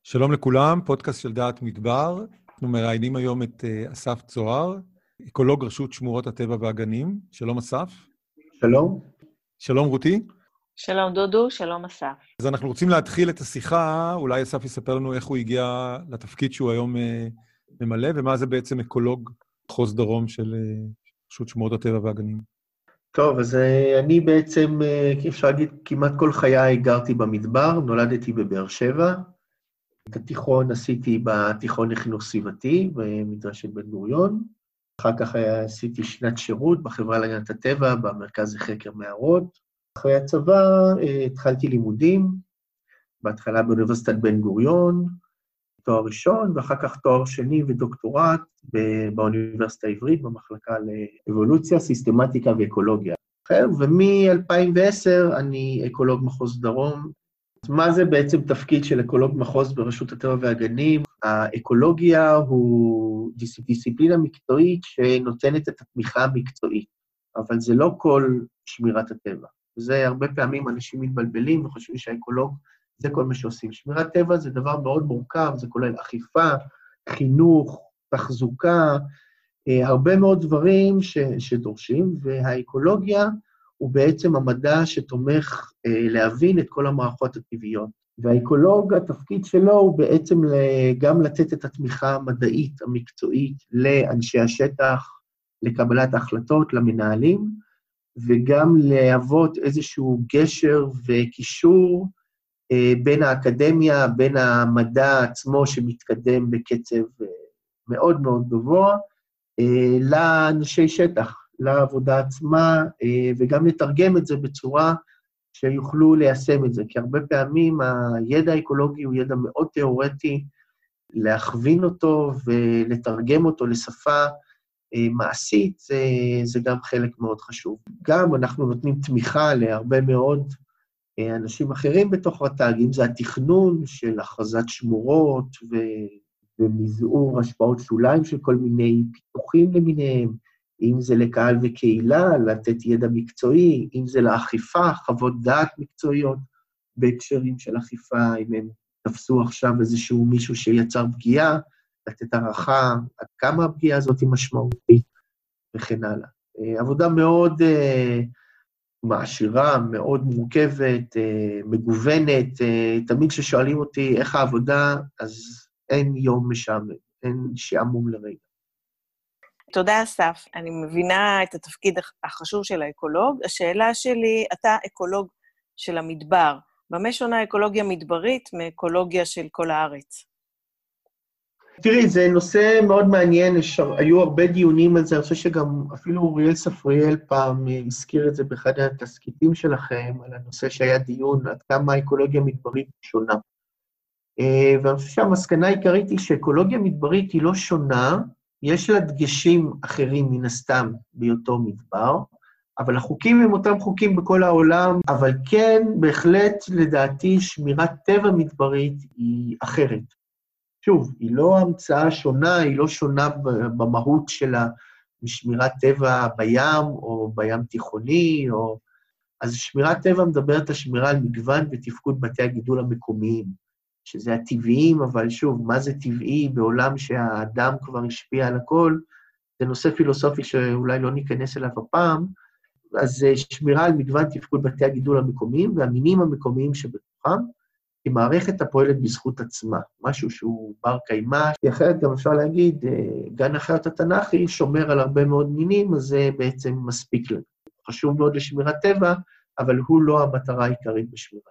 שלום לכולם, פודקאסט של דעת מדבר. אנחנו מראיינים היום את אסף צוהר, אקולוג רשות שמורות הטבע והגנים. שלום אסף. שלום. שלום רותי. שלום דודו, שלום אסף. אז אנחנו רוצים להתחיל את השיחה, אולי אסף יספר לנו איך הוא הגיע לתפקיד שהוא היום ממלא, ומה זה בעצם אקולוג מחוז דרום של רשות שמורות הטבע והגנים. טוב, אז אני בעצם, אפשר להגיד, כמעט כל חיי גרתי במדבר, נולדתי בבאר שבע. את התיכון עשיתי בתיכון לחינוך סביבתי, במדרשת בן גוריון. אחר כך עשיתי שנת שירות בחברה להגנת הטבע, במרכז לחקר מערות. אחרי הצבא התחלתי לימודים, בהתחלה באוניברסיטת בן גוריון, תואר ראשון, ואחר כך תואר שני ודוקטורט באוניברסיטה העברית, במחלקה לאבולוציה, סיסטמטיקה ואקולוגיה. ומ-2010 אני אקולוג מחוז דרום. מה זה בעצם תפקיד של אקולוג מחוז ברשות הטבע והגנים? האקולוגיה הוא דיסציפלינה מקצועית שנותנת את התמיכה המקצועית, אבל זה לא כל שמירת הטבע. זה הרבה פעמים אנשים מתבלבלים וחושבים שהאקולוג זה כל מה שעושים. שמירת טבע זה דבר מאוד מורכב, זה כולל אכיפה, חינוך, תחזוקה, הרבה מאוד דברים שדורשים, והאקולוגיה הוא בעצם המדע שתומך להבין את כל המערכות הטבעיות. והאקולוג, התפקיד שלו הוא בעצם גם לתת את התמיכה המדעית, המקצועית, לאנשי השטח, לקבלת ההחלטות, למנהלים, וגם להוות איזשהו גשר וקישור בין האקדמיה, בין המדע עצמו שמתקדם בקצב מאוד מאוד גבוה, לאנשי שטח, לעבודה עצמה, וגם לתרגם את זה בצורה שיוכלו ליישם את זה, כי הרבה פעמים הידע האקולוגי הוא ידע מאוד תיאורטי, להכווין אותו ולתרגם אותו לשפה מעשית, זה גם חלק מאוד חשוב. גם אנחנו נותנים תמיכה להרבה מאוד אנשים אחרים בתוך רט"ג, אם זה התכנון של הכרזת שמורות ומזעור השפעות שוליים של כל מיני פיתוחים למיניהם, אם זה לקהל וקהילה, לתת ידע מקצועי, אם זה לאכיפה, חוות דעת מקצועיות בהקשרים של אכיפה, אם הם תפסו עכשיו איזשהו מישהו שיצר פגיעה, לתת הערכה עד כמה הפגיעה הזאת היא משמעותית וכן הלאה. עבודה מאוד מעשירה, מאוד מורכבת, מגוונת, תמיד כששואלים אותי איך העבודה, אז אין יום משעמם, אין שעמום לרגע. תודה אסף, אני מבינה את התפקיד החשוב של האקולוג. השאלה שלי, אתה אקולוג של המדבר, במה שונה אקולוגיה מדברית מאקולוגיה של כל הארץ? תראי, זה נושא מאוד מעניין, היו הרבה דיונים על זה, אני חושב שגם אפילו אוריאל ספריאל פעם הזכיר את זה באחד התסקיטים שלכם, על הנושא שהיה דיון עד כמה האקולוגיה מדברית שונה. ואני חושב שהמסקנה העיקרית היא שאקולוגיה מדברית היא לא שונה, יש לה דגשים אחרים מן הסתם בהיותו מדבר, אבל החוקים הם אותם חוקים בכל העולם, אבל כן, בהחלט, לדעתי, שמירת טבע מדברית היא אחרת. שוב, היא לא המצאה שונה, היא לא שונה במהות שלה משמירת טבע בים או בים תיכוני, אז שמירת טבע מדברת על שמירה על מגוון ותפקוד בתי הגידול המקומיים, שזה הטבעיים, אבל שוב, מה זה טבעי בעולם שהאדם כבר השפיע על הכל, זה נושא פילוסופי שאולי לא ניכנס אליו הפעם, אז שמירה על מגוון תפקוד בתי הגידול המקומיים והמינים המקומיים שבתוכם, היא מערכת הפועלת בזכות עצמה, משהו שהוא בר קיימא, כי אחרת גם אפשר להגיד, גן החיות התנ"כי שומר על הרבה מאוד מינים, אז זה בעצם מספיק לנו. חשוב מאוד לשמירת טבע, אבל הוא לא המטרה העיקרית בשמירת.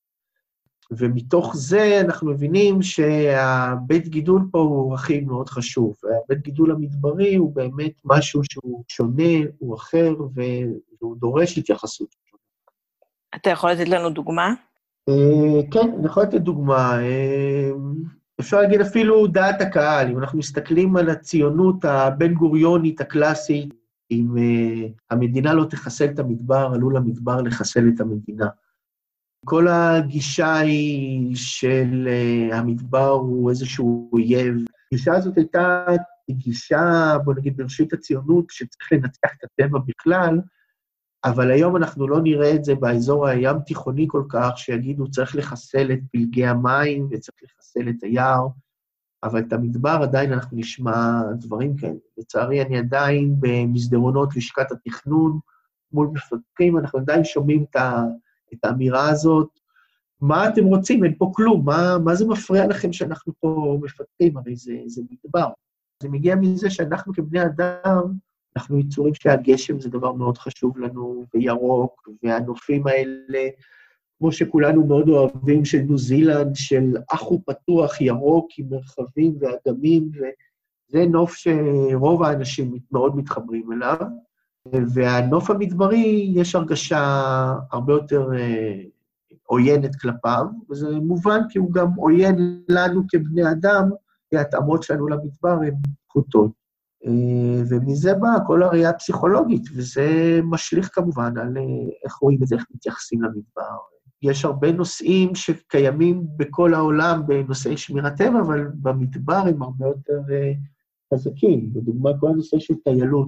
ומתוך זה אנחנו מבינים שהבית גידול פה הוא רכיב מאוד חשוב. הבית גידול המדברי הוא באמת משהו שהוא שונה, הוא אחר, והוא דורש התייחסות. אתה יכול לתת לנו דוגמה? כן, אני יכול לתת דוגמה. אפשר להגיד אפילו דעת הקהל, אם אנחנו מסתכלים על הציונות הבן גוריונית הקלאסית, אם המדינה לא תחסל את המדבר, עלול המדבר לחסל את המדינה. כל הגישה היא של המדבר הוא איזשהו אויב. הגישה הזאת הייתה גישה, בוא נגיד, בראשית הציונות, שצריך לנצח את הטבע בכלל, אבל היום אנחנו לא נראה את זה באזור הים תיכוני כל כך, שיגידו צריך לחסל את פלגי המים וצריך לחסל את היער, אבל את המדבר עדיין אנחנו נשמע דברים כאלה. לצערי, אני עדיין במסדרונות לשכת התכנון, מול מפתחים, אנחנו עדיין שומעים את האמירה הזאת, מה אתם רוצים? אין פה כלום, מה זה מפריע לכם שאנחנו פה מפתחים? הרי זה מדבר. זה מגיע מזה שאנחנו כבני אדם, אנחנו יצורים שהגשם זה דבר מאוד חשוב לנו, וירוק, והנופים האלה, כמו שכולנו מאוד אוהבים, של ניו זילנד, של אחו פתוח, ירוק, עם מרחבים ואגמים, וזה נוף שרוב האנשים מאוד מתחברים אליו, והנוף המדברי יש הרגשה הרבה יותר עוינת כלפיו, וזה מובן כי הוא גם עוין לנו כבני אדם, כי ההתאמות שלנו למדבר הן פחותות. ומזה באה כל הראייה הפסיכולוגית, וזה משליך כמובן על איך רואים את זה, איך מתייחסים למדבר. יש הרבה נושאים שקיימים בכל העולם בנושאי שמירת טבע, אבל במדבר הם הרבה יותר חזקים. בדוגמה, כל הנושא של טיילות,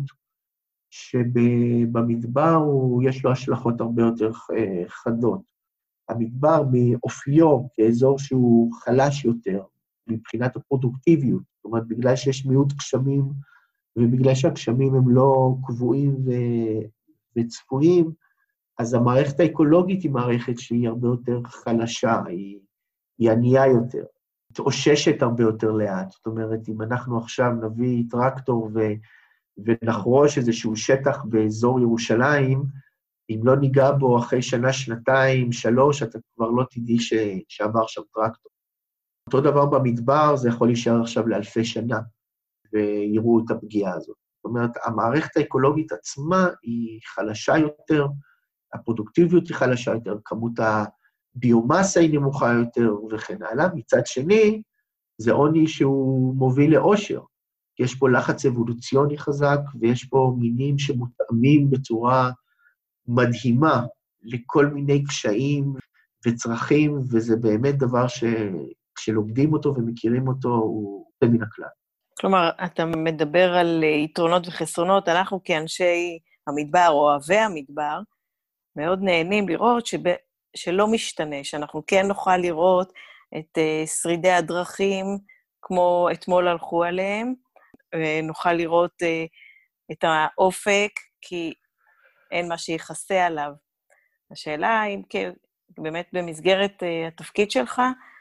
שבמדבר יש לו השלכות הרבה יותר חדות. המדבר מאופיו כאזור שהוא חלש יותר, מבחינת הפרודוקטיביות, זאת אומרת, בגלל שיש מיעוט גשמים, ובגלל שהגשמים הם לא קבועים וצפויים, אז המערכת האקולוגית היא מערכת שהיא הרבה יותר חלשה, היא ענייה יותר, תאוששת הרבה יותר לאט. זאת אומרת, אם אנחנו עכשיו נביא טרקטור ונחרוש איזשהו שטח באזור ירושלים, אם לא ניגע בו אחרי שנה, שנתיים, 3, אתה כבר לא תדעי שעבר שם טרקטור. אותו דבר במדבר, זה יכול להישאר עכשיו לאלפי שנה, ויראו את הפגיעה הזאת. זאת אומרת, המערכת האקולוגית עצמה היא חלשה יותר, הפרודוקטיביות היא חלשה יותר, כמות הביומסה היא נמוכה יותר וכן הלאה. מצד שני, זה עוני שהוא מוביל לאושר. יש פה לחץ אבולוציוני חזק, ויש פה מינים שמותאמים בצורה מדהימה לכל מיני קשיים וצרכים, וזה באמת דבר שכשלומדים אותו ומכירים אותו, הוא מן הכלל. כלומר, אתה מדבר על יתרונות וחסרונות, אנחנו כאנשי המדבר או אוהבי המדבר, מאוד נהנים לראות שלא משתנה, שאנחנו כן נוכל לראות את שרידי הדרכים, כמו אתמול הלכו עליהם, ונוכל לראות את האופק, כי אין מה שיחסה עליו. השאלה אם באמת במסגרת התפקיד שלך,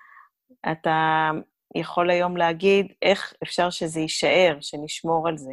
אתה יכול היום להגיד איך אפשר שזה יישאר, שנשמור על זה.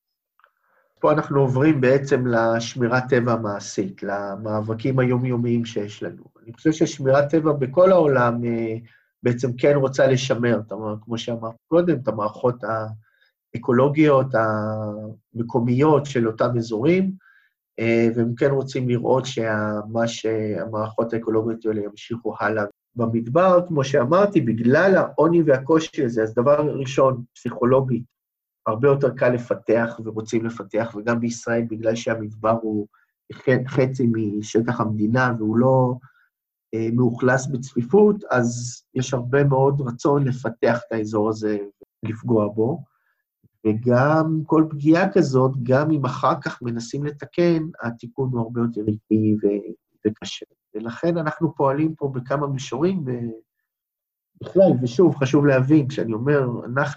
פה אנחנו עוברים בעצם לשמירת טבע המעשית, למאבקים היומיומיים שיש לנו. אני חושב ששמירת טבע בכל העולם בעצם כן רוצה לשמר, כמו שאמרת קודם, את המערכות האקולוגיות, המקומיות של אותם אזורים, והם כן רוצים לראות שהמערכות האקולוגיות האלה ימשיכו הלאה. במדבר, כמו שאמרתי, בגלל העוני והקושי הזה, אז דבר ראשון, פסיכולוגית, הרבה יותר קל לפתח ורוצים לפתח, וגם בישראל, בגלל שהמדבר הוא חצי משטח המדינה, והוא לא מאוכלס בצפיפות, אז יש הרבה מאוד רצון לפתח את האזור הזה ולפגוע בו, וגם כל פגיעה כזאת, גם אם אחר כך מנסים לתקן, התיקון הוא הרבה יותר איטי וקשה. ולכן אנחנו פועלים פה בכמה מישורים, בכלל, ושוב, חשוב להבין, כשאני אומר,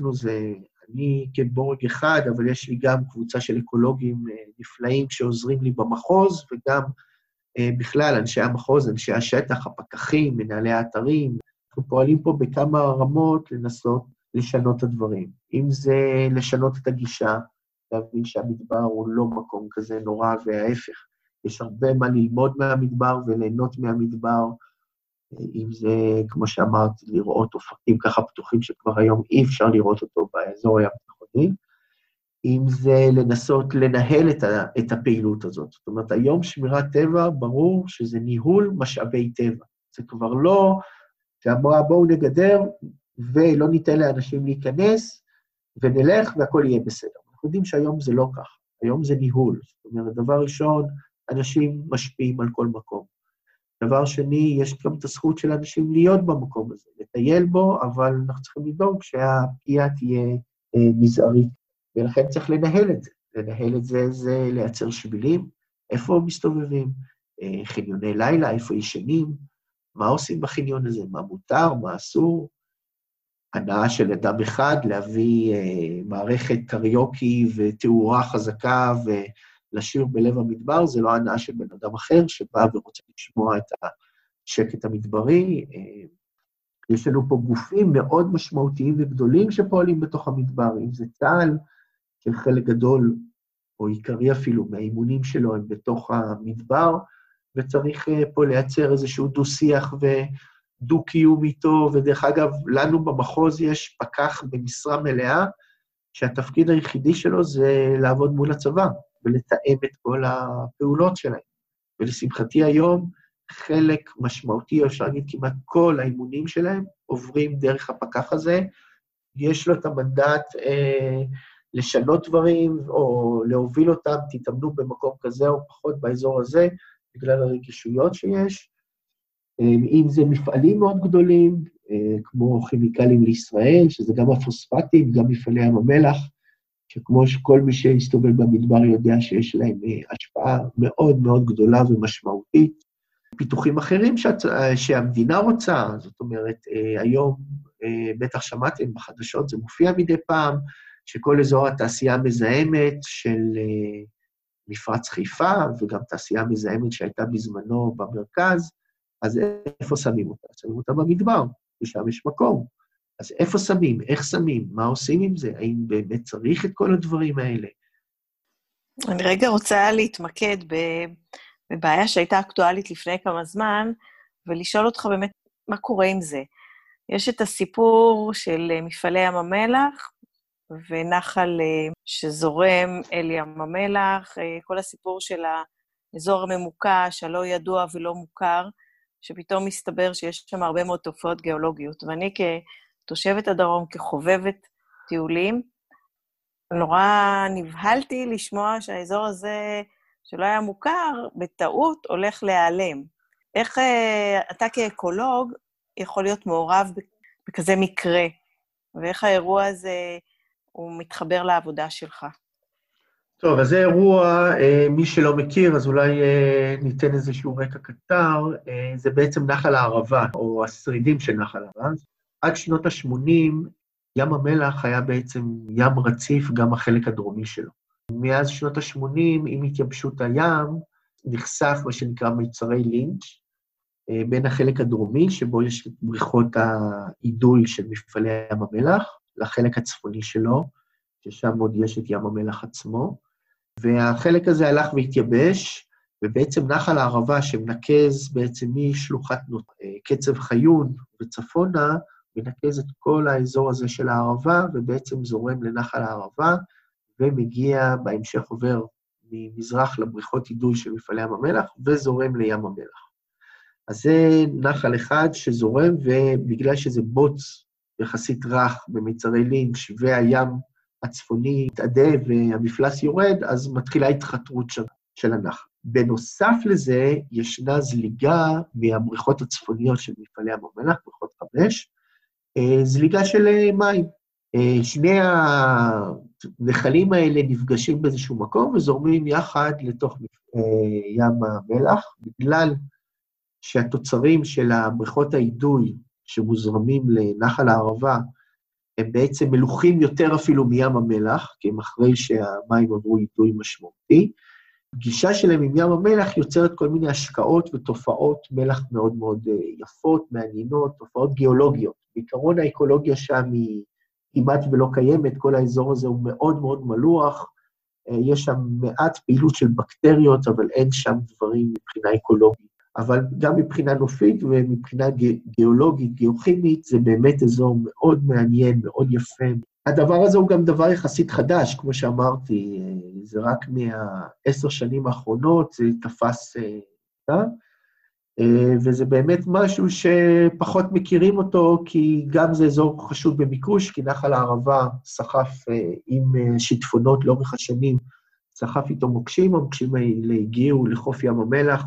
אני כבורג אחד, אבל יש לי גם קבוצה של אקולוגים נפלאים שעוזרים לי במחוז, וגם בכלל, אנשי המחוז, אנשי השטח, הפקחים, מנהלי האתרים, אנחנו פועלים פה בכמה רמות לנסות לשנות את הדברים. אם זה לשנות את הגישה, להבין שהמדבר הוא לא מקום כזה נורא, וההפך. יש הרבה מה ללמוד מהמדבר וליהנות מהמדבר, אם זה, כמו שאמרתי, לראות אופקים ככה פתוחים שכבר היום אי אפשר לראות אותו באזור הים התיכוני, אם זה לנסות לנהל את הפעילות הזאת. זאת אומרת, היום שמירת טבע, ברור שזה ניהול משאבי טבע. זה כבר לא שאמרה בואו נגדר ולא ניתן לאנשים להיכנס ונלך והכל יהיה בסדר. אנחנו יודעים שהיום זה לא כך, היום זה ניהול. זאת אומרת, דבר ראשון, אנשים משפיעים על כל מקום. דבר שני, יש גם את הזכות של אנשים להיות במקום הזה, לטייל בו, אבל אנחנו צריכים לדאוג שהפגיעה תהיה מזערית, ולכן צריך לנהל את זה. לנהל את זה זה לייצר שבילים, איפה מסתובבים, חניוני לילה, איפה ישנים, מה עושים בחניון הזה, מה מותר, מה אסור, הנאה של אדם אחד, להביא מערכת קריוקי ותאורה חזקה ולשיר בלב המדבר, זה לא הנאה של בן אדם אחר שבא ורוצה לשמוע את השקט המדברי. יש לנו פה גופים מאוד משמעותיים וגדולים שפועלים בתוך המדבר, אם זה צה"ל, שחלק גדול, או עיקרי אפילו, מהאימונים שלו הם בתוך המדבר, וצריך פה לייצר איזשהו דו-שיח ודו-קיום איתו, ודרך אגב, לנו במחוז יש פקח במשרה מלאה, שהתפקיד היחידי שלו זה לעבוד מול הצבא, ולתאם את כל הפעולות שלהם. ולשמחתי היום, חלק משמעותי, אפשר להגיד כמעט כל האימונים שלהם, עוברים דרך הפקח הזה, יש לו את המנדט לשנות דברים, או להוביל אותם, תתאמנו במקום כזה או פחות באזור הזה, בגלל הרגישויות שיש. אם זה מפעלים מאוד גדולים, כמו כימיקלים לישראל, שזה גם הפוספטים, גם מפעלי ים המלח, שכמו שכל מי שהסתובב במדבר יודע שיש להם השפעה מאוד מאוד גדולה ומשמעותית. פיתוחים אחרים שהמדינה רוצה, זאת אומרת, היום בטח שמעתם בחדשות, זה מופיע מדי פעם, שכל אזור התעשייה המזהמת של מפרץ חיפה, וגם תעשייה מזהמת שהייתה בזמנו במרכז, אז איפה שמים אותה? שמים אותה במדבר, ושם יש מקום. אז איפה שמים? איך שמים? מה עושים עם זה? האם באמת צריך את כל הדברים האלה? אני רגע רוצה להתמקד בבעיה שהייתה אקטואלית לפני כמה זמן, ולשאול אותך באמת מה קורה עם זה. יש את הסיפור של מפעלי ים המלח, ונחל שזורם אל ים המלח, כל הסיפור של האזור הממוקש, הלא ידוע ולא מוכר, שפתאום מסתבר שיש שם הרבה מאוד תופעות גיאולוגיות. ואני כתושבת הדרום, כחובבת טיולים, נורא נבהלתי לשמוע שהאזור הזה, שלא היה מוכר, בטעות הולך להיעלם. איך אתה כאקולוג יכול להיות מעורב בכזה מקרה, ואיך האירוע הזה הוא מתחבר לעבודה שלך? טוב, אז זה אירוע, מי שלא מכיר, אז אולי ניתן איזשהו רקע קצר, זה בעצם נחל הערבה, או השרידים של נחל הערבה. עד שנות ה-80, ים המלח היה בעצם ים רציף, גם החלק הדרומי שלו. מאז שנות ה-80, עם התייבשות הים, נחשף מה שנקרא מיצרי לינץ', בין החלק הדרומי, שבו יש את בריכות האידוי של מפעלי ים המלח, לחלק הצפוני שלו, ששם עוד יש את ים המלח עצמו, והחלק הזה הלך והתייבש, ובעצם נחל הערבה שמנקז בעצם משלוחת קצב חיון וצפונה, מנקז את כל האזור הזה של הערבה, ובעצם זורם לנחל הערבה, ומגיע בהמשך עובר ממזרח לבריכות אידוי של מפעלי ים המלח, וזורם לים המלח. אז זה נחל אחד שזורם, ובגלל שזה בוץ יחסית רך במיצרי לינץ' והים הצפוני מתעדה והמפלס יורד, אז מתחילה התחתרות של הנחל. בנוסף לזה, ישנה זליגה מהבריכות הצפוניות של מפעלי ים המלח, בריכות 5, זליגה של מים. שני הנחלים האלה נפגשים באיזשהו מקום וזורמים יחד לתוך ים המלח, בגלל שהתוצרים של הבריכות האידוי שמוזרמים לנחל הערבה, הם בעצם מלוחים יותר אפילו מים המלח, כי הם אחרי שהמים עברו אידוי משמעותי. פגישה שלהם עם ים המלח יוצרת כל מיני השקעות ותופעות מלח מאוד מאוד יפות, מעניינות, תופעות גיאולוגיות. בעיקרון האקולוגיה שם היא כמעט ולא קיימת, כל האזור הזה הוא מאוד מאוד מלוח, יש שם מעט פעילות של בקטריות, אבל אין שם דברים מבחינה אקולוגית. אבל גם מבחינה נופית ומבחינה גיאולוגית, גיאוכימית, זה באמת אזור מאוד מעניין, מאוד יפה. הדבר הזה הוא גם דבר יחסית חדש, כמו שאמרתי, זה רק מה10 שנים האחרונות, זה תפס, וזה באמת משהו שפחות מכירים אותו, כי גם זה אזור חשוב במיקוש, כי נחל הערבה סחף עם שיטפונות לאורך השנים, סחף איתו מוקשים, המוקשים האלה הגיעו לחוף ים המלח,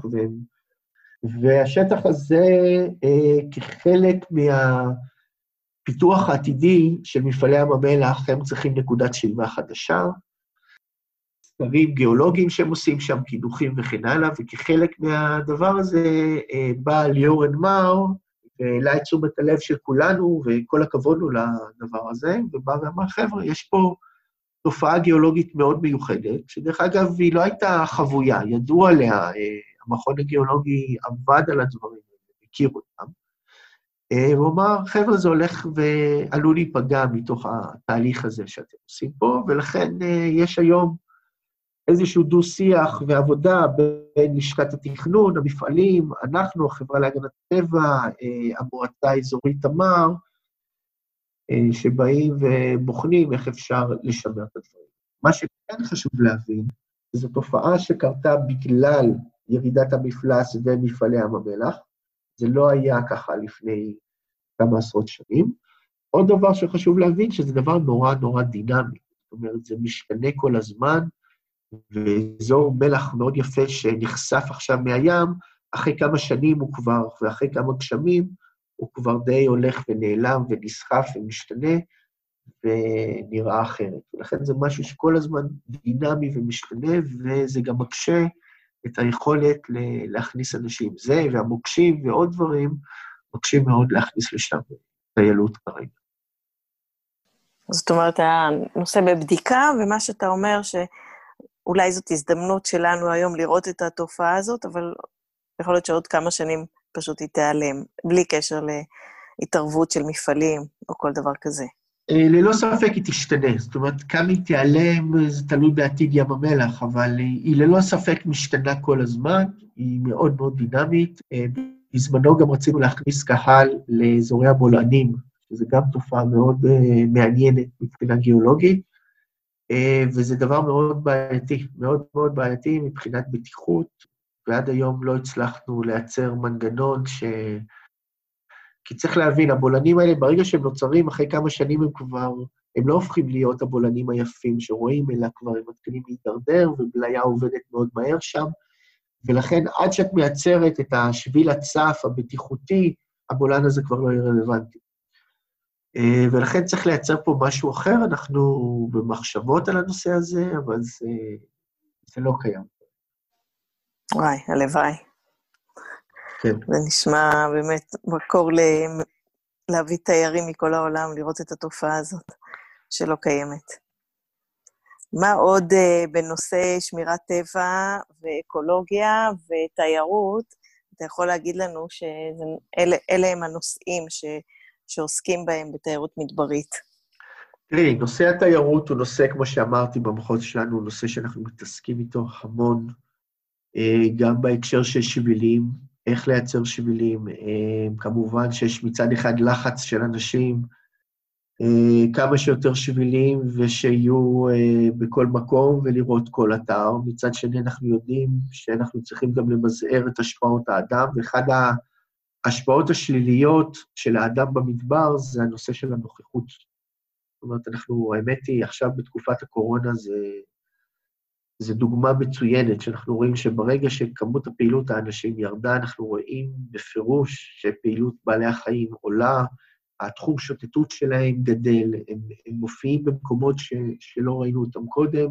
והשטח הזה, כחלק מהפיתוח העתידי של מפעלי ים המלח, הם צריכים נקודת שאיבה חדשה. מחקרים גיאולוגיים שהם עושים שם, קידוחים וכן הלאה, וכחלק מהדבר הזה בא ליאור אנמר, והעלה את תשומת הלב של כולנו, וכל הכבוד לו לדבר הזה, ובא ואמר, חבר'ה, יש פה תופעה גיאולוגית מאוד מיוחדת, שדרך אגב היא לא הייתה חבויה, ידעו עליה, המכון הגיאולוגי עבד על הדברים, הכיר אותם, הוא אמר, חבר'ה, זה הולך ועלול להיפגע מתוך התהליך הזה שאתם עושים פה, ולכן יש היום איזשהו דו-שיח ועבודה בין לשכת התכנון, המפעלים, אנחנו, החברה להגנת הטבע, המועצה האזורית תמר, שבאים ובוחנים איך אפשר לשמר את הדברים. מה שכן חשוב להבין, זו תופעה שקרתה בגלל ירידת המפלס ומפעלי ים המלח, זה לא היה ככה לפני כמה עשרות שנים. עוד דבר שחשוב להבין, שזה דבר נורא נורא דינמי, זאת אומרת, זה משתנה כל הזמן, ואזור מלח מאוד יפה שנחשף עכשיו מהים, אחרי כמה שנים הוא כבר, ואחרי כמה גשמים, הוא כבר די הולך ונעלם ונסחף ומשתנה, ונראה אחרת. ולכן זה משהו שכל הזמן דינמי ומשתנה, וזה גם מקשה את היכולת להכניס אנשים. זה והמוקשים ועוד דברים, מקשים מאוד להכניס לשם טיילות כרגע. זאת אומרת, הנושא בבדיקה, ומה שאתה אומר שאולי זאת הזדמנות שלנו היום לראות את התופעה הזאת, אבל יכול להיות שעוד כמה שנים פשוט היא תיעלם, בלי קשר להתערבות של מפעלים או כל דבר כזה. ללא ספק היא תשתנה, זאת אומרת, כמה היא תיעלם, זה תלוי בעתיד ים המלח, אבל היא ללא ספק משתנה כל הזמן, היא מאוד מאוד דינמית. בזמנו גם רצינו להכניס קהל לאזורי הבולענים, שזה גם תופעה מאוד מעניינת מבחינה גיאולוגית, וזה דבר מאוד בעייתי, מאוד מאוד בעייתי מבחינת בטיחות, ועד היום לא הצלחנו לייצר מנגנון כי צריך להבין, הבולענים האלה, ברגע שהם נוצרים, אחרי כמה שנים הם לא הופכים להיות הבולענים היפים שרואים, אלא כבר הם מתחילים להתדרדר, ובליה עובדת מאוד מהר שם, ולכן עד שאת מייצרת את השביל הצף הבטיחותי, הבולען הזה כבר לא יהיה רלוונטי. ולכן צריך לייצר פה משהו אחר, אנחנו במחשבות על הנושא הזה, אבל זה לא קיים. וואי, הלוואי. כן. זה נשמע באמת מקור להביא תיירים מכל העולם, לראות את התופעה הזאת שלא קיימת. מה עוד בנושא שמירת טבע ואקולוגיה ותיירות, אתה יכול להגיד לנו שאלה הם הנושאים שעוסקים בהם בתיירות מדברית? תראי, נושא התיירות הוא נושא, כמו שאמרתי במחוז שלנו, הוא נושא שאנחנו מתעסקים איתו המון, גם בהקשר של שבילים, איך לייצר שבילים, כמובן שיש מצד אחד לחץ של אנשים, כמה שיותר שבילים ושיהיו בכל מקום ולראות כל אתר. מצד שני אנחנו יודעים שאנחנו צריכים גם למזער את השפעות האדם, ואחד ההשפעות השליליות של האדם במדבר זה הנושא של הנוכחות. זאת אומרת, האמת היא, עכשיו בתקופת הקורונה זה דוגמה מצוינת, שאנחנו רואים שברגע שכמות הפעילות האנשים ירדה, אנחנו רואים בפירוש שפעילות בעלי החיים עולה, התחום שוטטות שלהם גדל, הם מופיעים במקומות שלא ראינו אותם קודם,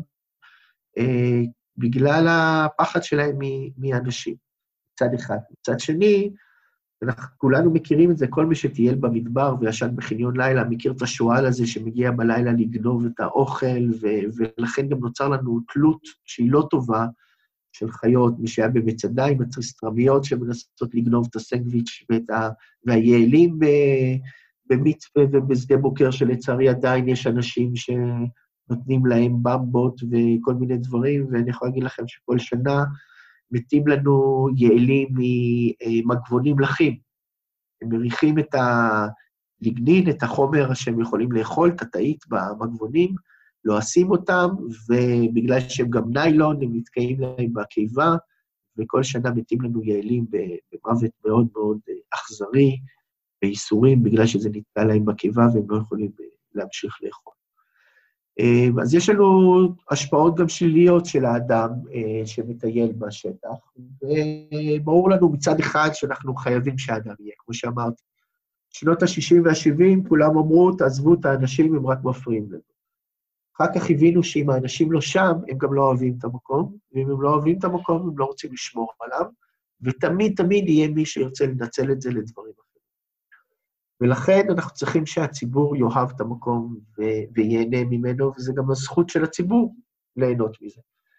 בגלל הפחד שלהם מאנשים, מצד אחד. מצד שני, אנחנו כולנו מכירים את זה, כל מי שטייל במדבר וישן בחניון לילה, מכיר את השועל הזה שמגיע בלילה לגנוב את האוכל, ולכן גם נוצר לנו תלות שהיא לא טובה של חיות, מי שהיה במצדה עם הטריסטרמיות שמנסות לגנוב את הסנדוויץ' והיעלים במצפה ובשדה בוקר, שלצערי עדיין יש אנשים שנותנים להם במבות וכל מיני דברים, ואני יכול להגיד לכם שכל שנה, מתים לנו יעלים ממגבונים לחים. הם מריחים את הליגנין, את החומר שהם יכולים לאכול, את התאית במגבונים, לועשים אותם, ובגלל שהם גם ניילון, הם נתקעים להם בקיבה, וכל שנה מתים לנו יעלים במוות מאוד מאוד אכזרי, בייסורים, בגלל שזה נתקע להם בקיבה, והם לא יכולים להמשיך לאכול. אז יש לנו השפעות גם שליליות של האדם שמטייל בשטח, וברור לנו מצד אחד שאנחנו חייבים שהאדם יהיה, כמו שאמרתי. שנות ה-60 וה-70 כולם אמרו, תעזבו את האנשים, הם רק מפריעים לנו. אחר כך הבינו שאם האנשים לא שם, הם גם לא אוהבים את המקום, ואם הם לא אוהבים את המקום, הם לא רוצים לשמור עליו, ותמיד תמיד יהיה מי שירצה לנצל את זה לדברים אחרים. ולכן אנחנו צריכים שהציבור יאהב את המקום ויהנה ממנו, וזה גם הזכות של הציבור ליהנות מזה.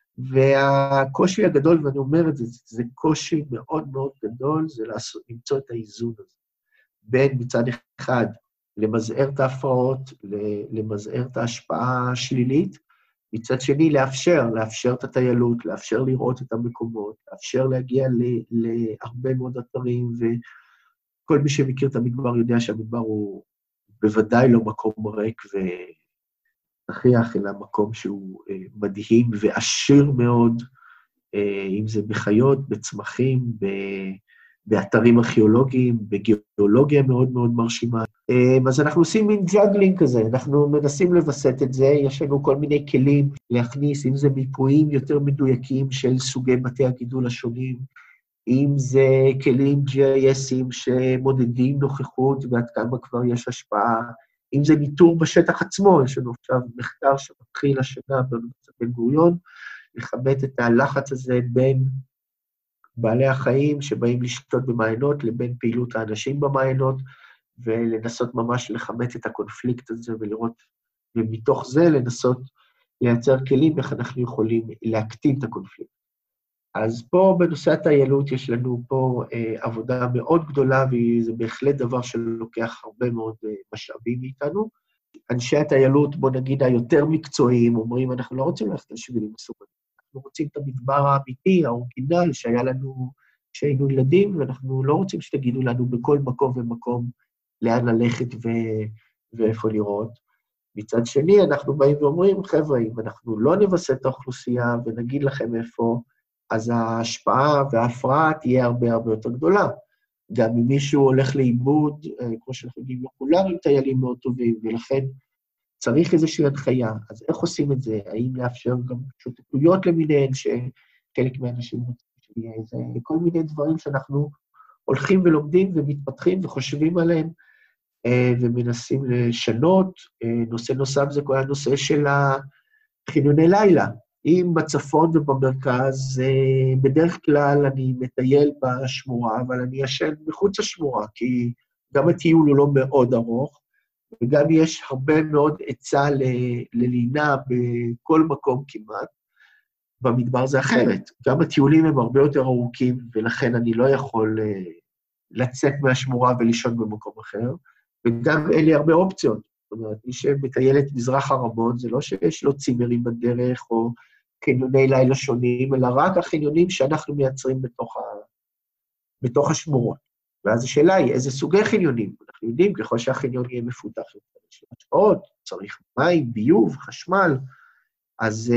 והקושי הגדול, ואני אומר את זה, זה קושי מאוד מאוד גדול, זה למצוא את האיזון הזה. בין מצד אחד, למזער את ההפרעות, למזער את ההשפעה השלילית, מצד שני לאפשר את הטיילות, לאפשר לראות את המקומות, לאפשר להגיע להרבה מאוד אתרים, וכל מי שמכיר את המדבר יודע שהמדבר הוא בוודאי לא מקום ריק ותכריח, אלא מקום שהוא מדהים ועשיר מאוד, אם זה בחיות, בצמחים, באתרים ארכיאולוגיים, בגיאולוגיה מאוד מאוד מרשימה. אז אנחנו עושים מין ג'אגלינג כזה, אנחנו מנסים לבסט את זה, יש לנו כל מיני כלים להכניס, אם זה מיפויים יותר מדויקים של סוגי בתי הגידול השונים, אם זה כלים GISים שמודדים נוכחות ועד כמה כבר יש השפעה, אם זה ניטור בשטח עצמו, יש לנו עכשיו מחקר שמתחיל השנה באוניברסיטת בן גוריון, לכמת את הלחץ הזה בין בעלי החיים שבאים לשתות במעיינות לבין פעילות האנשים במעיינות, ולנסות ממש לכמת את הקונפליקט הזה ולראות, ומתוך זה לנסות לייצר כלים איך אנחנו יכולים להקטין את הקונפליקט. אז פה בנושא הטיילות יש לנו פה עבודה מאוד גדולה, וזה בהחלט דבר שלוקח הרבה מאוד משאבים מאיתנו. אנשי הטיילות, בוא נגיד היותר מקצועיים, אומרים, אנחנו לא רוצים ללכת על שבילים מסוכנים, אנחנו רוצים את המדבר האמיתי, האורגינל, שהיה לנו כשהיינו ילדים, ואנחנו לא רוצים שתגידו לנו בכל מקום ומקום לאן ללכת ואיפה לראות. מצד שני, אנחנו באים ואומרים, חבר'ה, אם אנחנו לא נבסט את האוכלוסייה ונגיד לכם איפה, אז ההשפעה וההפרעה תהיה הרבה הרבה יותר גדולה. גם אם מישהו הולך לאיבוד, כמו שאנחנו יודעים, לא כולם עם טיילים מאוד טובים, ולכן צריך איזושהי הנחיה. אז איך עושים את זה? האם לאפשר גם שותפויות למיניהן, שחלק מהאנשים רוצים שיהיה איזה, כל מיני דברים שאנחנו הולכים ולומדים ומתפתחים וחושבים עליהם, ומנסים לשנות. נושא נוסף זה כל הנושא של החניוני לילה. אם בצפון ובמרכז, בדרך כלל אני מטייל בשמורה, אבל אני ישן מחוץ לשמורה, כי גם הטיול הוא לא מאוד ארוך, וגם יש הרבה מאוד עצה ללינה בכל מקום כמעט. במדבר זה אחרת. גם הטיולים הם הרבה יותר ארוכים, ולכן אני לא יכול לצאת מהשמורה ולישון במקום אחר, וגם אין לי הרבה אופציות. זאת אומרת, מי שמטייל את מזרח הרמון, זה לא שיש לו צימרים בדרך, או חניוני לילה שונים, אלא רק החניונים שאנחנו מייצרים בתוך השמורות. ואז השאלה היא, איזה סוגי חניונים? אנחנו יודעים, ככל שהחניון יהיה מפותח, יש השפעות, צריך מים, ביוב, חשמל, אז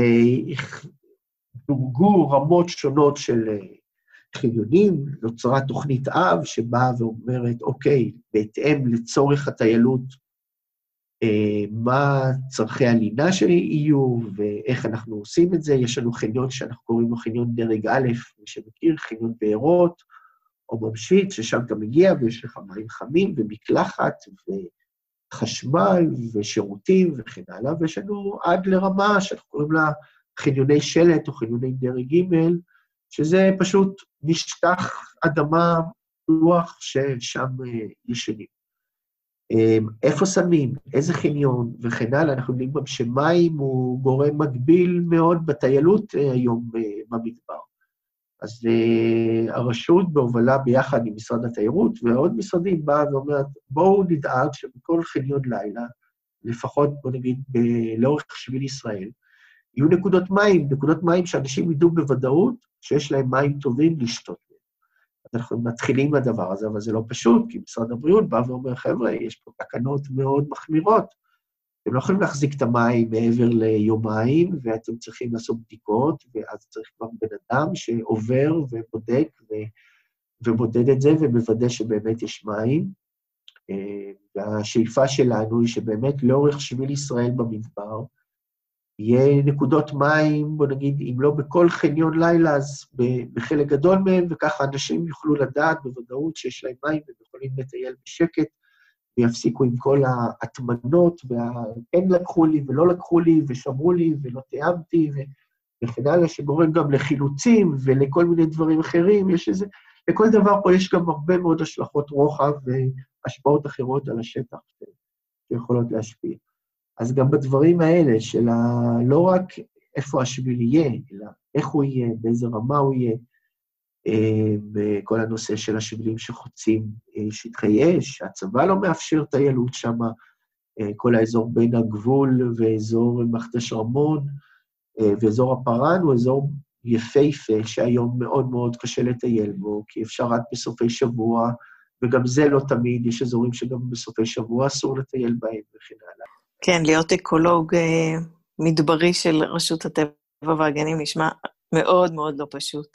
דורגו רמות שונות של חניונים, נוצרה תוכנית אב שבאה ואומרת, אוקיי, בהתאם לצורך הטיילות, מה צרכי הלינה שלי יהיו, ואיך אנחנו עושים את זה. יש לנו חניון שאנחנו קוראים לו חניון דרג א', מי שמכיר, חניון בארות, או ממשיט, ששם אתה מגיע, ויש לך מים חמים, ומקלחת, וחשמל, ושירותים, וכן הלאה, ויש לנו עד לרמה שאנחנו קוראים לה חניוני שלט, או חניוני דרג ג', שזה פשוט משטח אדמה פתוח ששם ישנים. איפה שמים, איזה חניון וכן הלאה, אנחנו יודעים גם שמים הוא גורם מגביל מאוד בטיילות היום במדבר. אז הרשות בהובלה ביחד עם משרד התיירות ועוד משרדים באה ואומרת, בואו נדאג שבכל חניון לילה, לפחות בוא נגיד לאורך שביל ישראל, יהיו נקודות מים שאנשים ידעו בוודאות שיש להם מים טובים לשתות. אז אנחנו מתחילים מהדבר הזה, אבל זה לא פשוט, כי משרד הבריאות בא ואומר, חבר'ה, יש פה תקנות מאוד מחמירות, אתם לא יכולים להחזיק את המים מעבר ליומיים, ואתם צריכים לעשות בדיקות, ואז צריך כבר בן אדם שעובר ובודק, ובודד את זה, ומוודא שבאמת יש מים. והשאיפה שלנו היא שבאמת לאורך שביל ישראל במדבר, יהיה נקודות מים, בוא נגיד, אם לא בכל חניון לילה, אז בחלק גדול מהם, וככה אנשים יוכלו לדעת בוודאות שיש להם מים, והם יכולים לטייל בשקט, ויפסיקו עם כל ההטמנות, כן לקחו לי ולא לקחו לי, ושמרו לי ולא תיאמתי, וכן הלאה, שגורם גם לחילוצים ולכל מיני דברים אחרים. לכל דבר פה יש גם הרבה מאוד השלכות רוחב והשפעות אחרות על השטח שיכולות להשפיע. אז גם בדברים האלה של לא רק איפה השביל יהיה, אלא איך הוא יהיה, באיזה רמה הוא יהיה, בכל הנושא של השבילים שחוצים שטחי אש, הצבא לא מאפשר טיילות שם, כל האזור בין הגבול ואזור מכתש רמון, ואזור הפרן הוא אזור יפהפה, שהיום מאוד מאוד קשה לטייל בו, כי אפשר רק בסופי שבוע, וגם זה לא תמיד, יש אזורים שגם בסופי שבוע אסור לטייל בהם וכן הלאה. כן, להיות אקולוג מדברי של רשות הטבע והגנים נשמע מאוד מאוד לא פשוט.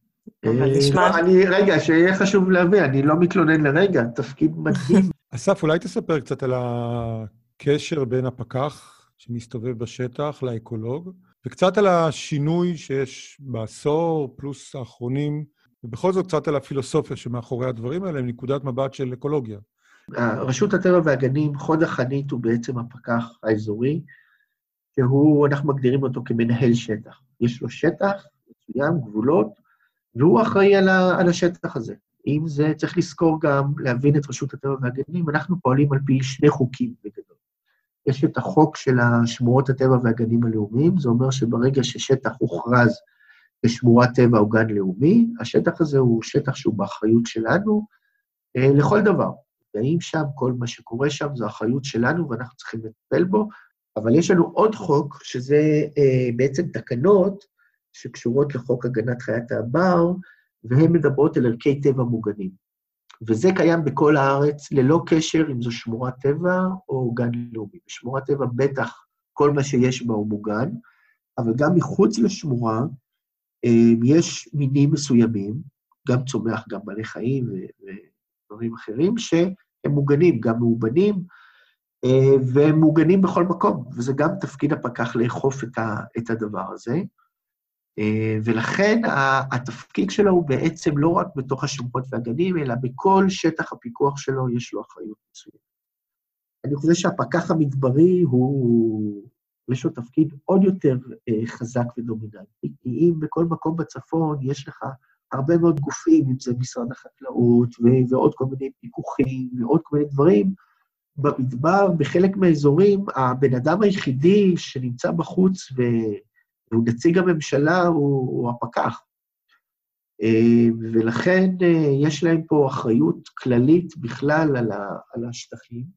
רגע, שיהיה חשוב להבין, אני לא מתלונן לרגע, תפקיד מדהים. אסף, אולי תספר קצת על הקשר בין הפקח שמסתובב בשטח לאקולוג, וקצת על השינוי שיש בעשור פלוס האחרונים, ובכל זאת קצת על הפילוסופיה שמאחורי הדברים האלה, עם נקודת מבט של אקולוגיה. רשות הטבע והגנים, חוד החנית הוא בעצם הפקח האזורי, אנחנו מגדירים אותו כמנהל שטח. יש לו שטח, מסוים, גבולות, והוא אחראי על השטח הזה. אם זה צריך לזכור גם, להבין את רשות הטבע והגנים, אנחנו פועלים על פי שני חוקים בגדול. יש את החוק של שמורות הטבע והגנים הלאומיים, זה אומר שברגע ששטח הוכרז כשמורת טבע או גן לאומי, השטח הזה הוא שטח שהוא באחריות שלנו לכל דבר. והאם שם כל מה שקורה שם זו האחריות שלנו ואנחנו צריכים לטפל בו, אבל יש לנו עוד חוק שזה בעצם תקנות שקשורות לחוק הגנת חיית הבר, והן מדברות על ערכי טבע מוגנים. וזה קיים בכל הארץ, ללא קשר אם זו שמורת טבע או גן לאומי. בשמורת טבע בטח כל מה שיש בה הוא מוגן, אבל גם מחוץ לשמורה יש מינים מסוימים, גם צומח, גם בעלי חיים ודברים אחרים, שהם מוגנים, גם מאובנים, והם מוגנים בכל מקום, וזה גם תפקיד הפקח לאכוף את הדבר הזה. ולכן התפקיד שלו הוא בעצם לא רק בתוך השמורות והגנים, אלא בכל שטח הפיקוח שלו יש לו אחריות מסוימת. אני חושב שהפקח המדברי יש לו תפקיד עוד יותר חזק ודומיננטי, כי אם בכל מקום בצפון יש לך הרבה מאוד גופים, אם זה משרד החקלאות ועוד כל מיני פיקוחים ועוד כל מיני דברים, במדבר, בחלק מהאזורים, הבן אדם היחידי שנמצא בחוץ והוא נציג הממשלה הוא הפקח. ולכן יש להם פה אחריות כללית בכלל על השטחים,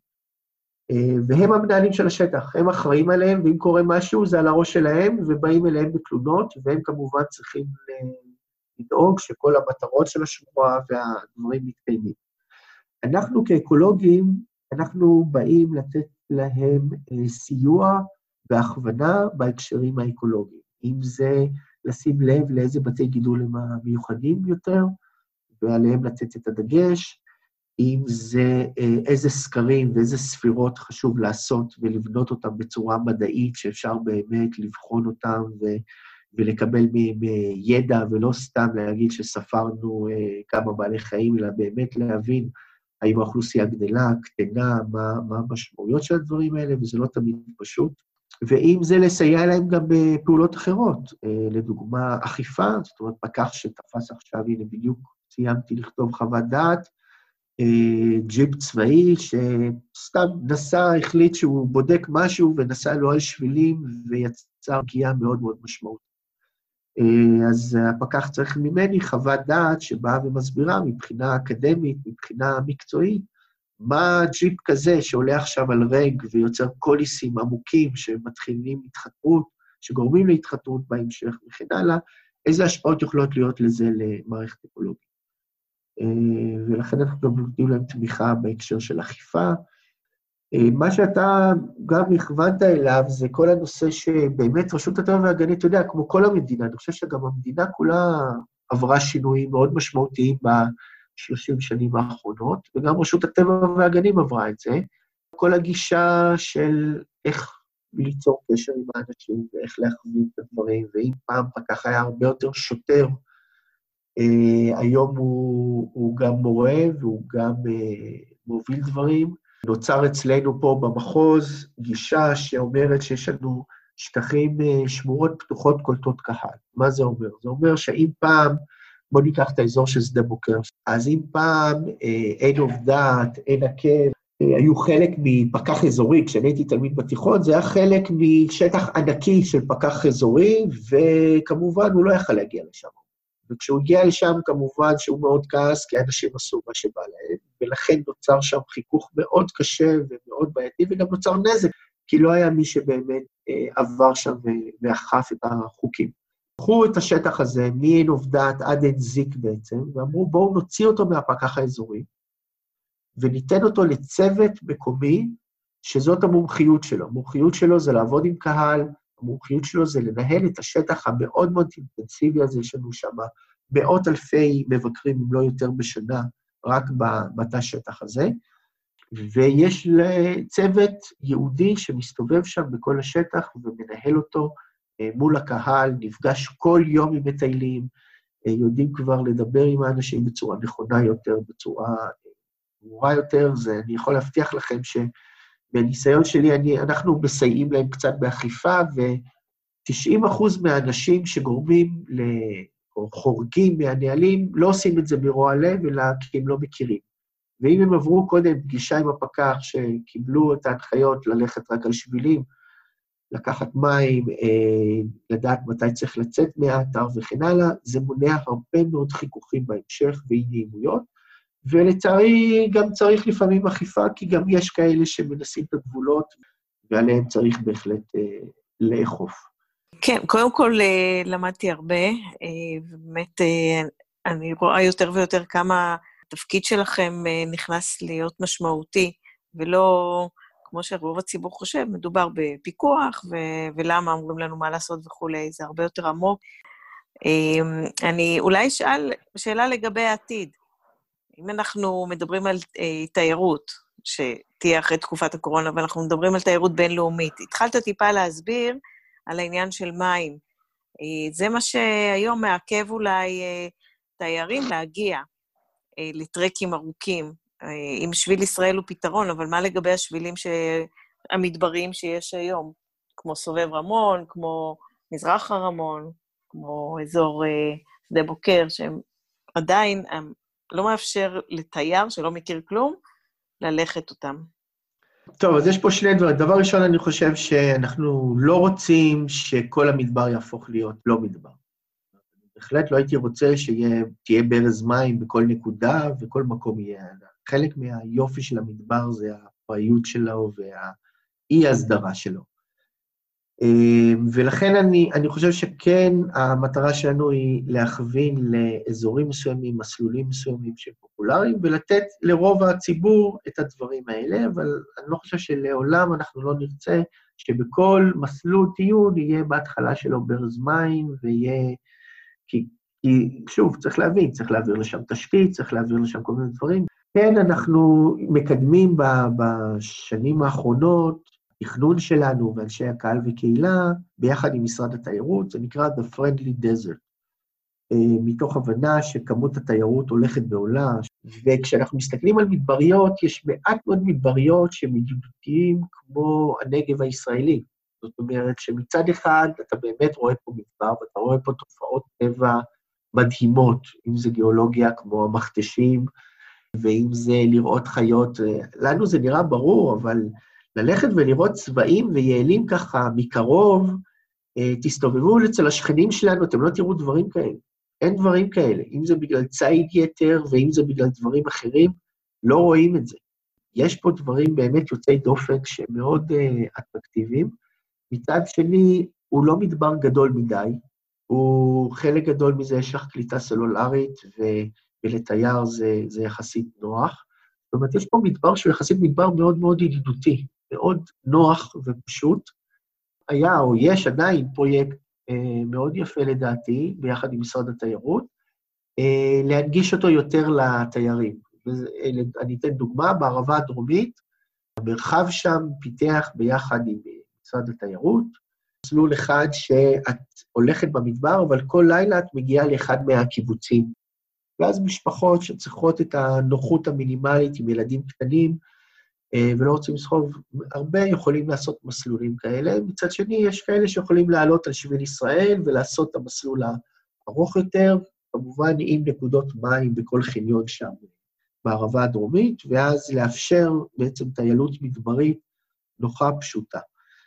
והם המנהלים של השטח, הם אחראים עליהם, ואם קורה משהו זה על הראש שלהם, ובאים אליהם בתלונות, והם כמובן צריכים לדאוג שכל המטרות של השמורה והדברים מתקיימים. אנחנו כאקולוגים, אנחנו באים לתת להם סיוע והכוונה בהקשרים האקולוגיים. אם זה לשים לב לאיזה בתי גידול הם המיוחדים יותר, ועליהם לתת את הדגש, אם זה איזה סקרים ואיזה ספירות חשוב לעשות ולבנות אותם בצורה מדעית, שאפשר באמת לבחון אותם ולקבל מידע, ולא סתם להגיד שספרנו כמה בעלי חיים, אלא באמת להבין האם האוכלוסייה גדלה, קטנה, מה המשמעויות של הדברים האלה, וזה לא תמיד פשוט. ואם זה לסייע להם גם בפעולות אחרות, לדוגמה אכיפה, זאת אומרת פקח שתפס עכשיו, הנה בדיוק סיימתי לכתוב חוות דעת, ג'יפ צבאי שסתם נסע, החליט שהוא בודק משהו ונסע לו על שבילים ויצר פגיעה מאוד מאוד משמעותית. אז הפקח צריך ממני חוות דעת שבאה ומסבירה מבחינה אקדמית, מבחינה מקצועית, מה ג'יפ כזה שעולה עכשיו על רגע ויוצר קוליסים עמוקים שמתחילים התחתרות, שגורמים להתחתרות בהמשך וכן הלאה, איזה השפעות יכולות להיות לזה למערכת אקולוגית. ולכן אנחנו גם נותנים להם תמיכה בהקשר של אכיפה. מה שאתה גם הכוונת אליו זה כל הנושא שבאמת רשות הטבע והגנים, אתה יודע, כמו כל המדינה, אני חושב שגם המדינה כולה עברה שינויים מאוד משמעותיים ב-30 שנים האחרונות, וגם רשות הטבע והגנים עברה את זה. כל הגישה של איך ליצור קשר עם האנשים ואיך להכווין את הדברים, ואם פעם פקח היה הרבה יותר שוטר, היום הוא גם מורה והוא גם מוביל דברים, נוצר אצלנו פה במחוז גישה שאומרת שיש לנו שטחים שמורות פתוחות קולטות קהל. מה זה אומר? זה אומר שאם פעם, בוא ניקח את האזור של שדה בוקר, אז אם פעם אין עובדת, אין עקב, היו חלק מפקח אזורי, כשאני הייתי תלמיד בתיכון, זה היה חלק משטח ענקי של פקח אזורי, וכמובן הוא לא יכל להגיע לשם. וכשהוא הגיע לשם, כמובן שהוא מאוד כעס, כי אנשים עשו מה שבא להם, ולכן נוצר שם חיכוך מאוד קשה ומאוד בעייתי, וגם נוצר נזק, כי לא היה מי שבאמת עבר שם ואכף את החוקים. קחו את השטח הזה, מעין עובדת עד עין זיק בעצם, ואמרו בואו נוציא אותו מהפקח האזורי, וניתן אותו לצוות מקומי, שזאת המומחיות שלו. המומחיות שלו זה לעבוד עם קהל, המומחיות שלו זה לנהל את השטח המאוד מאוד אינטנסיבי הזה, יש לנו שם מאות אלפי מבקרים, אם לא יותר בשנה, רק בתא שטח הזה, ויש צוות יהודי שמסתובב שם בכל השטח, ומנהל אותו מול הקהל, נפגש כל יום עם מטיילים, יודעים כבר לדבר עם האנשים בצורה נכונה יותר, בצורה ברורה יותר, אני יכול להבטיח לכם שבניסיון שלי, אנחנו מסייעים להם קצת באכיפה, ו90% מהאנשים שגורמים או חורגים מהנהלים, לא עושים את זה ברוע לב, אלא כי הם לא מכירים. ואם הם עברו קודם פגישה עם הפקח, שקיבלו את ההנחיות ללכת רק על שבילים, לקחת מים, לדעת מתי צריך לצאת מהאתר וכן הלאה, זה מונע הרבה מאוד חיכוכים בהמשך ואי-נעימויות, ולצערי גם צריך לפעמים אכיפה, כי גם יש כאלה שמנסים את הגבולות, ועליהם צריך בהחלט לאכוף. כן, קודם כל למדתי הרבה, ובאמת אני רואה יותר ויותר כמה התפקיד שלכם נכנס להיות משמעותי, ולא, כמו שרוב הציבור חושב, מדובר בפיקוח, ולמה אומרים לנו מה לעשות וכולי, זה הרבה יותר עמוק. אני אולי אשאל שאלה לגבי העתיד. אם אנחנו מדברים על תיירות, שתהיה אחרי תקופת הקורונה, ואנחנו מדברים על תיירות בינלאומית, התחלת טיפה להסביר על העניין של מים. זה מה שהיום מעכב אולי תיירים להגיע לטרקים ארוכים. עם שביל ישראל הוא פתרון, אבל מה לגבי השבילים המדבריים שיש היום? כמו סובב רמון, כמו מזרח הרמון, כמו אזור שדה בוקר, שהם עדיין לא מאפשר לתייר שלא מכיר כלום, ללכת אותם. טוב, אז יש פה שני דברים. דבר ראשון, אני חושב שאנחנו לא רוצים שכל המדבר יהפוך להיות לא מדבר. בהחלט לא הייתי רוצה שתהיה ברז מים בכל נקודה, וכל מקום יהיה. חלק מהיופי של המדבר זה הפראיות שלו והאי-הסדרה שלו. ולכן אני חושב שכן, המטרה שלנו היא להכווין לאזורים מסוימים, מסלולים מסוימים שהם פופולריים, ולתת לרוב הציבור את הדברים האלה, אבל אני לא חושב שלעולם אנחנו לא נרצה שבכל מסלול טיול יהיה בהתחלה שלו ברז מים, ויהיה, כי שוב, צריך להבין, צריך להעביר לשם תשתית, צריך להעביר לשם כל מיני דברים. כן, אנחנו מקדמים בשנים האחרונות, תכנון שלנו ואנשי הקהל וקהילה, ביחד עם משרד התיירות, זה נקרא The Friendly Desert, מתוך הבנה שכמות התיירות הולכת בעולה, וכשאנחנו מסתכלים על מדבריות, יש מעט מאוד מדבריות שמדידותיים כמו הנגב הישראלי, זאת אומרת שמצד אחד אתה באמת רואה פה מדבר, ואתה רואה פה תופעות טבע מדהימות, אם זה גיאולוגיה כמו המכתשים, ואם זה לראות חיות, לנו זה נראה ברור, אבל ללכת ולראות צבעים ויעלים ככה מקרוב, תסתובבו אצל השכנים שלנו, אתם לא תראו דברים כאלה. אין דברים כאלה. אם זה בגלל ציד יתר, ואם זה בגלל דברים אחרים, לא רואים את זה. יש פה דברים באמת יוצאי דופק שהם מאוד אטרקטיביים. מצד שני, הוא לא מדבר גדול מדי, הוא חלק גדול מזה, יש לך קליטה סלולרית, ולתייר זה יחסית נוח. זאת אומרת, יש פה מדבר שהוא יחסית מדבר מאוד מאוד ידידותי, מאוד נוח ופשוט. היה או יש עדיין פרויקט מאוד יפה לדעתי, ביחד עם משרד התיירות, להנגיש אותו יותר לתיירים. אני אתן דוגמה, בערבה הדרומית, המרחב שם פיתח ביחד עם משרד התיירות, מסלול אחד שאת הולכת במדבר, אבל כל לילה את מגיעה לאחד מהקיבוצים. ואז משפחות שצריכות את הנוחות המינימלית עם ילדים קטנים, ולא רוצים לסחוב, הרבה יכולים לעשות מסלולים כאלה. מצד שני, יש כאלה שיכולים לעלות על שביל ישראל ולעשות את המסלול הארוך יותר, כמובן עם נקודות מים בכל חניון שם, בערבה הדרומית, ואז לאפשר בעצם טיילות מדברית נוחה פשוטה.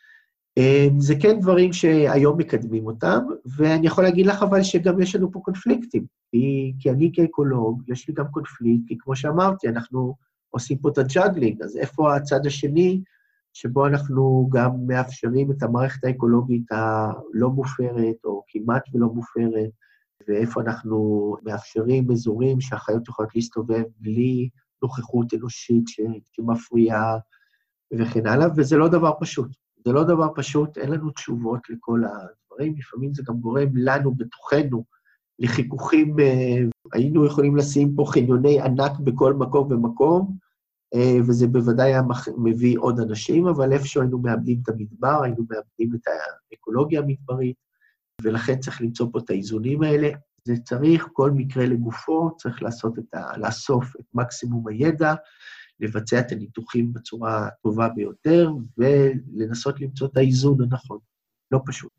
זה כן דברים שהיום מקדמים אותם, ואני יכול להגיד לך אבל שגם יש לנו פה קונפליקטים, כי אני כאקולוג, יש לי גם קונפליקט, כי כמו שאמרתי, אנחנו עושים פה את הג'אגלינג, אז איפה הצד השני, שבו אנחנו גם מאפשרים את המערכת האקולוגית הלא מופרת, או כמעט ולא מופרת, ואיפה אנחנו מאפשרים אזורים שהחיות יכולות להסתובב בלי נוכחות אנושית שמפריעה וכן הלאה, וזה לא דבר פשוט. זה לא דבר פשוט, אין לנו תשובות לכל הדברים, לפעמים זה גם גורם לנו בתוכנו לחיכוכים, היינו יכולים לשים פה חניוני ענק בכל מקום ומקום, וזה בוודאי היה מביא עוד אנשים, אבל איפשהו היינו מאבדים את המדבר, היינו מאבדים את האקולוגיה המדברית, ולכן צריך למצוא פה את האיזונים האלה. זה צריך כל מקרה לגופו, צריך לאסוף את מקסימום הידע, לבצע את הניתוחים בצורה טובה ביותר, ולנסות למצוא את האיזון הנכון. לא פשוט.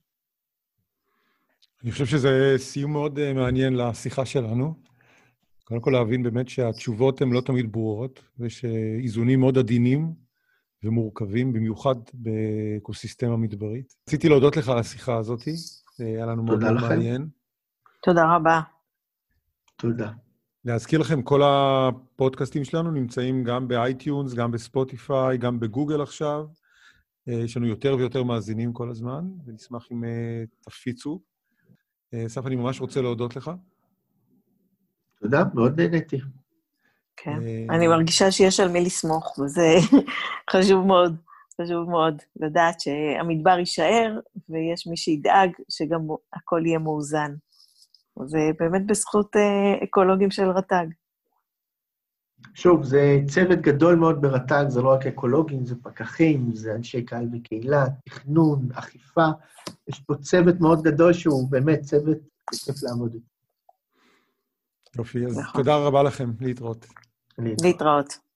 אני חושב שזה סיום מאוד מעניין לשיחה שלנו. קודם כל להבין באמת שהתשובות הן לא תמיד ברורות, ויש איזונים מאוד עדינים ומורכבים, במיוחד באקוסיסטמה מדברית. רציתי להודות לך על השיחה הזאת, היה לנו מאוד מעניין. תודה רבה. תודה. להזכיר לכם, כל הפודקאסטים שלנו נמצאים גם באייטיונס, גם בספוטיפיי, גם בגוגל עכשיו. יש לנו יותר ויותר מאזינים כל הזמן, ונשמח אם תפיצו. אסף, אני ממש רוצה להודות לך. תודה, מאוד נהניתי. כן, אני מרגישה שיש על מי לסמוך, וזה חשוב מאוד, חשוב מאוד לדעת שהמדבר יישאר, ויש מי שידאג שגם הכל יהיה מאוזן. זה באמת בזכות אקולוגים של רט"ג. שוב, זה צוות גדול מאוד ברט"ג, זה לא רק אקולוגים, זה פקחים, זה אנשי קהל וקהילה, תכנון, אכיפה. יש פה צוות מאוד גדול שהוא באמת צוות כיף לעבוד. יופי, אז תודה רבה לכם, להתראות. להתראות.